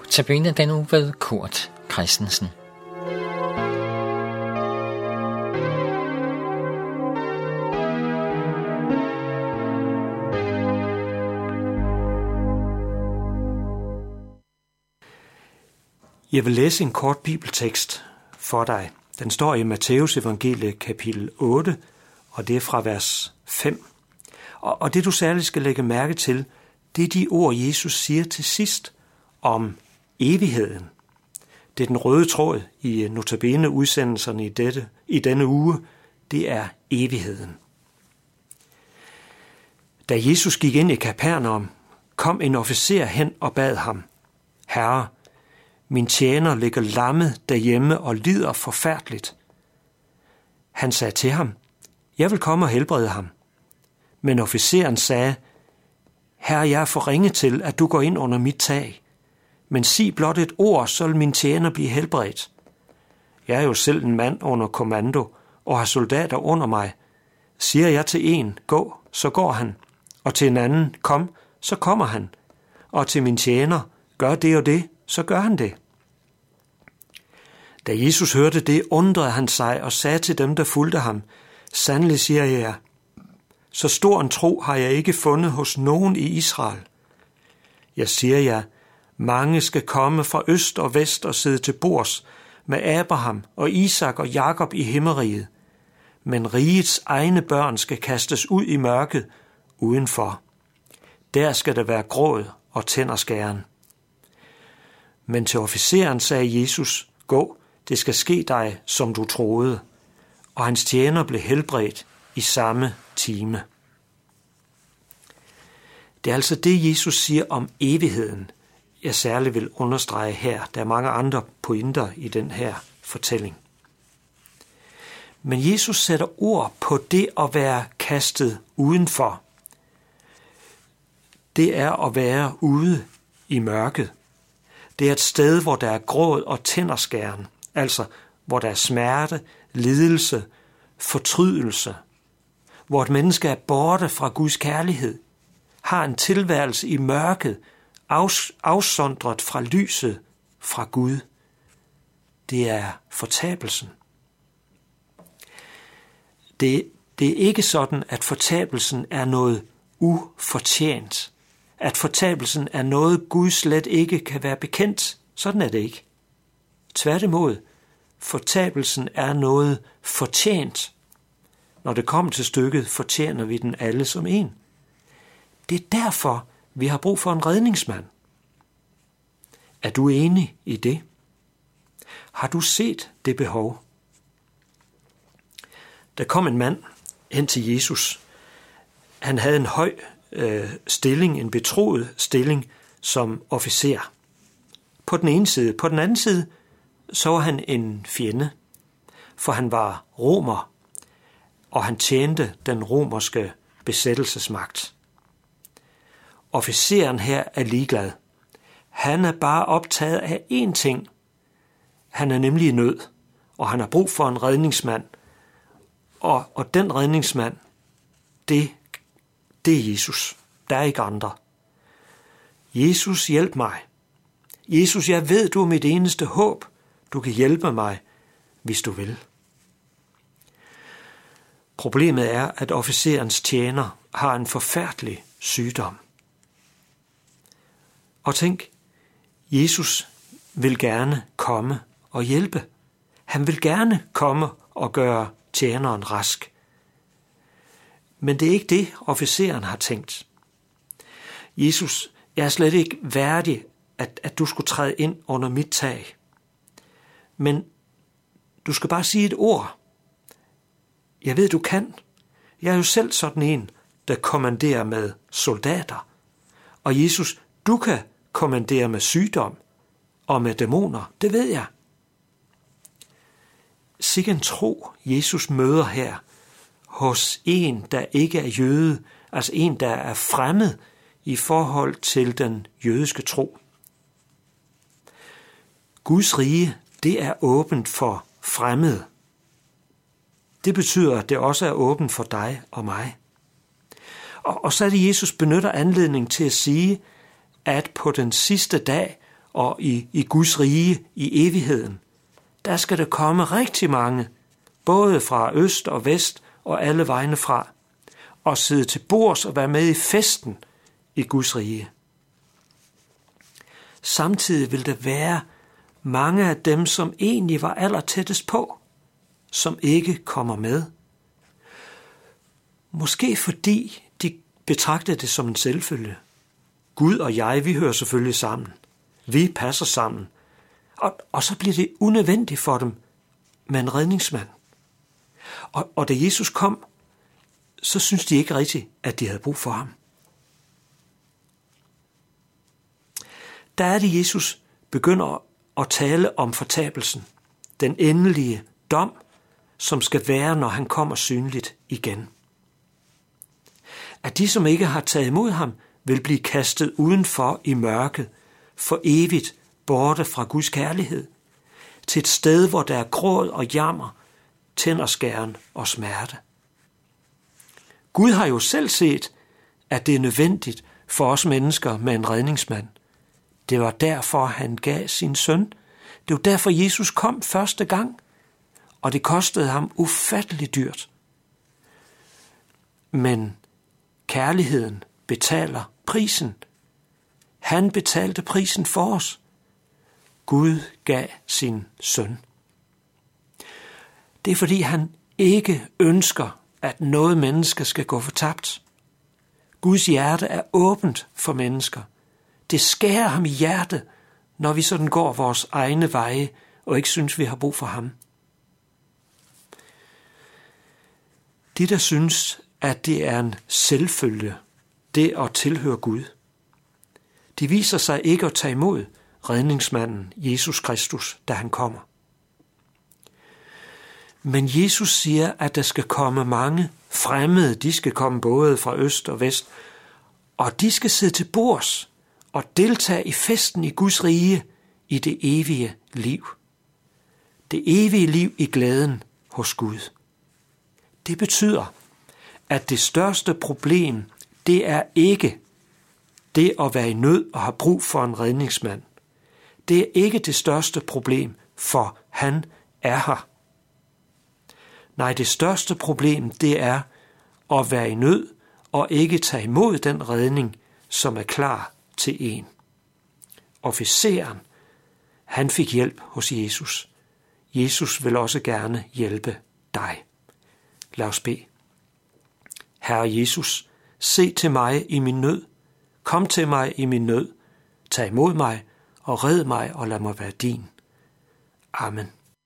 Notabene den uge ved Kurt Christensen. Jeg vil læse en kort bibeltekst for dig. Den står i Matteus evangeliet kapitel 8, og det er fra vers 5. Og det du særligt skal lægge mærke til, det er de ord, Jesus siger til sidst om evigheden. Det er den røde tråd i notabene udsendelserne i denne uge, det er evigheden. Da Jesus gik ind i Kapernaum, kom en officer hen og bad ham: Herre, min tjener ligger lammet derhjemme og lider forfærdeligt. Han sagde til ham: Jeg vil komme og helbrede ham. Men officeren sagde: Herre, jeg er for ringe til, at du går ind under mit tag. Men sig blot et ord, så vil min tjener blive helbredt. Jeg er jo selv en mand under kommando og har soldater under mig. Siger jeg til en, gå, så går han. Og til en anden, kom, så kommer han. Og til min tjener, gør det og det, så gør han det. Da Jesus hørte det, undrede han sig og sagde til dem, der fulgte ham: Sandelig siger jeg jer, så stor en tro har jeg ikke fundet hos nogen i Israel. Jeg siger jer, mange skal komme fra øst og vest og sidde til bords med Abraham og Isak og Jakob i himmeriget, men rigets egne børn skal kastes ud i mørket udenfor. Der skal der være gråd og tænderskæren. Men til officeren sagde Jesus: Gå, det skal ske dig, som du troede. Og hans tjener blev helbredt i samme time. Det er altså det, Jesus siger om evigheden, jeg særligt vil understrege her. Der er mange andre pointer i den her fortælling. Men Jesus sætter ord på det at være kastet udenfor. Det er at være ude i mørket. Det er et sted, hvor der er gråd og tænderskæren, altså hvor der er smerte, lidelse, fortrydelse, hvor et menneske er borte fra Guds kærlighed, har en tilværelse i mørket, afsondret fra lyset fra Gud. Det er fortabelsen. Det er ikke sådan, at fortabelsen er noget ufortjent. At fortabelsen er noget, Gud slet ikke kan være bekendt. Sådan er det ikke. Tværtimod, fortabelsen er noget fortjent. Når det kommer til stykket, fortjener vi den alle som en. Det er derfor, vi har brug for en redningsmand. Er du enig i det? Har du set det behov? Der kom en mand hen til Jesus. Han havde en høj stilling, en betroet stilling som officer. På den ene side. På den anden side så var han en fjende, for han var romer, og han tjente den romerske besættelsesmagt. Officeren her er ligeglad. Han er bare optaget af én ting. Han er nemlig i nød, og han har brug for en redningsmand. Og den redningsmand, det er Jesus. Der er ikke andre. Jesus, hjælp mig. Jesus, jeg ved, du er mit eneste håb. Du kan hjælpe mig, hvis du vil. Problemet er, at officerens tjener har en forfærdelig sygdom. Og tænk, Jesus vil gerne komme og hjælpe. Han vil gerne komme og gøre tjeneren rask. Men det er ikke det, officeren har tænkt. Jesus, jeg er slet ikke værdig, at du skulle træde ind under mit tag. Men du skal bare sige et ord. Jeg ved, du kan. Jeg er jo selv sådan en, der kommanderer med soldater. Og Jesus, du kan kommandere med sygdom og med dæmoner. Det ved jeg. Sikke en tro, Jesus møder her hos en, der ikke er jøde, altså en, der er fremmed i forhold til den jødiske tro. Guds rige, det er åbent for fremmede. Det betyder, at det også er åbent for dig og mig. Og så er det, Jesus benytter anledning til at sige, at på den sidste dag og i Guds rige i evigheden, der skal der komme rigtig mange, både fra øst og vest og alle vegne fra, og sidde til bords og være med i festen i Guds rige. Samtidig vil der være mange af dem, som egentlig var allertættest på, som ikke kommer med. Måske fordi de betragtede det som en selvfølge. Gud og jeg, vi hører selvfølgelig sammen. Vi passer sammen. Og så bliver det unødvendigt for dem med en redningsmand. Og da Jesus kom, så synes de ikke rigtigt, at de havde brug for ham. Der er det, Jesus begynder at tale om fortabelsen. Den endelige dom, som skal være, når han kommer synligt igen. At de, som ikke har taget imod ham, vil blive kastet udenfor i mørket, for evigt borte fra Guds kærlighed, til et sted, hvor der er gråd og jammer, tænderskæren og smerte. Gud har jo selv set, at det er nødvendigt for os mennesker med en redningsmand. Det var derfor, han gav sin søn. Det var derfor, Jesus kom første gang, og det kostede ham ufatteligt dyrt. Men kærligheden betaler prisen. Han betalte prisen for os. Gud gav sin søn. Det er fordi, han ikke ønsker, at noget menneske skal gå fortabt. Guds hjerte er åbent for mennesker. Det skærer ham i hjertet, når vi sådan går vores egne veje og ikke synes, vi har brug for ham. De, der synes, at det er en selvfølge, det at tilhøre Gud, de viser sig ikke at tage imod redningsmanden Jesus Kristus, da han kommer. Men Jesus siger, at der skal komme mange fremmede, de skal komme både fra øst og vest, og de skal sidde til bords og deltage i festen i Guds rige, i det evige liv. Det evige liv i glæden hos Gud. Det betyder, at det største problem, det er ikke det at være i nød og have brug for en redningsmand. Det er ikke det største problem, for han er her. Nej, det største problem, det er at være i nød og ikke tage imod den redning, som er klar til en. Officeren, han fik hjælp hos Jesus. Jesus vil også gerne hjælpe dig. Lad os bede. Herre Jesus, se til mig i min nød. Kom til mig i min nød. Tag imod mig og red mig og lad mig være din. Amen.